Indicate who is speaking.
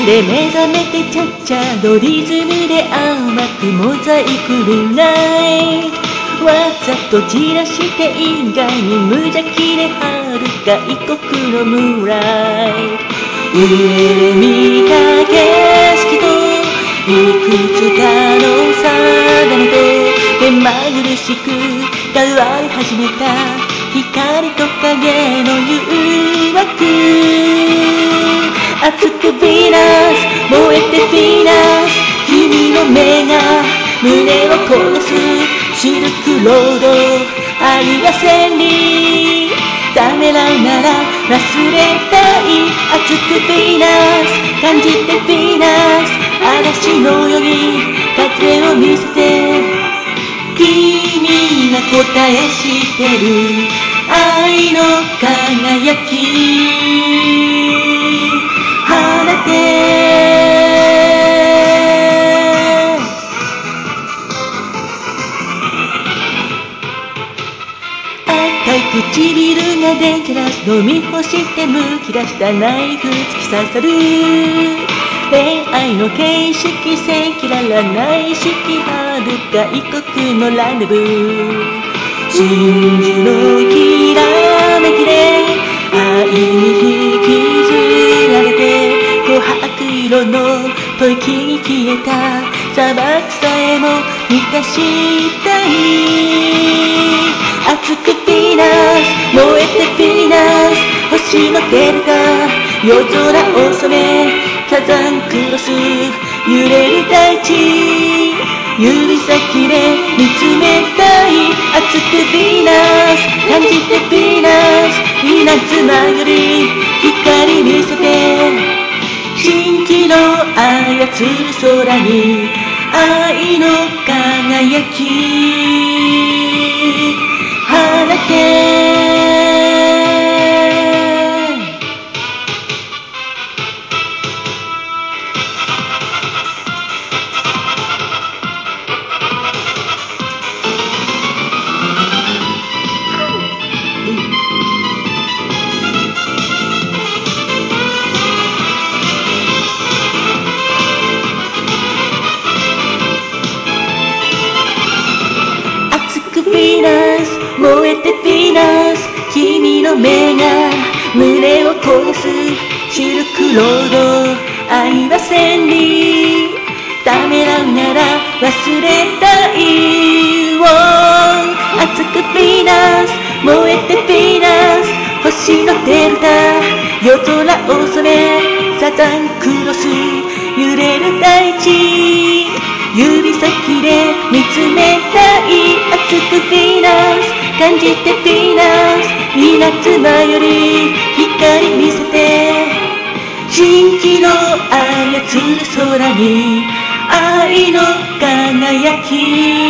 Speaker 1: で目覚めてチャッチャのリズムで甘くモザイクルナイトわざと散らして意外に無邪気で遥か異国のムーンライト上で見た景色といくつかの定めと目まぐるしく変わり始めた光と影の誘惑熱くヴィーナス燃えてヴィーナス君の目が胸を焦がすシルクロード愛が千里ためらうなら忘れたい熱くヴィーナス感じてヴィーナス嵐のように風を見せて君が答えしてる愛の輝き放て赤い唇がデンジャラス飲み干してむき出したナイフ突き刺さる恋愛の形式赤裸々内式遥か異国のランデブー真珠のきらめきで愛に引きずられて琥珀色の吐息に消えた砂漠さえも満たしたい熱くヴィーナス燃えてヴィーナス星のデルタ夜空を染め火山クロス揺れる大地指先で見つめたい熱くヴィーナス感じてヴィーナス稲妻より光見せて蜃気楼操る空に愛の輝き放てヴィーナス燃えてヴィーナス君の目が胸を焦がすシルクロード愛は千里ためらうなら忘れたい熱くヴィーナス燃えてヴィーナス星のデルタ夜空を染めサザンクロス揺れる大地指先で見つめたい熱くヴィーナス感じてヴィーナス稲妻より光見せて蜃気楼操る空に愛の輝き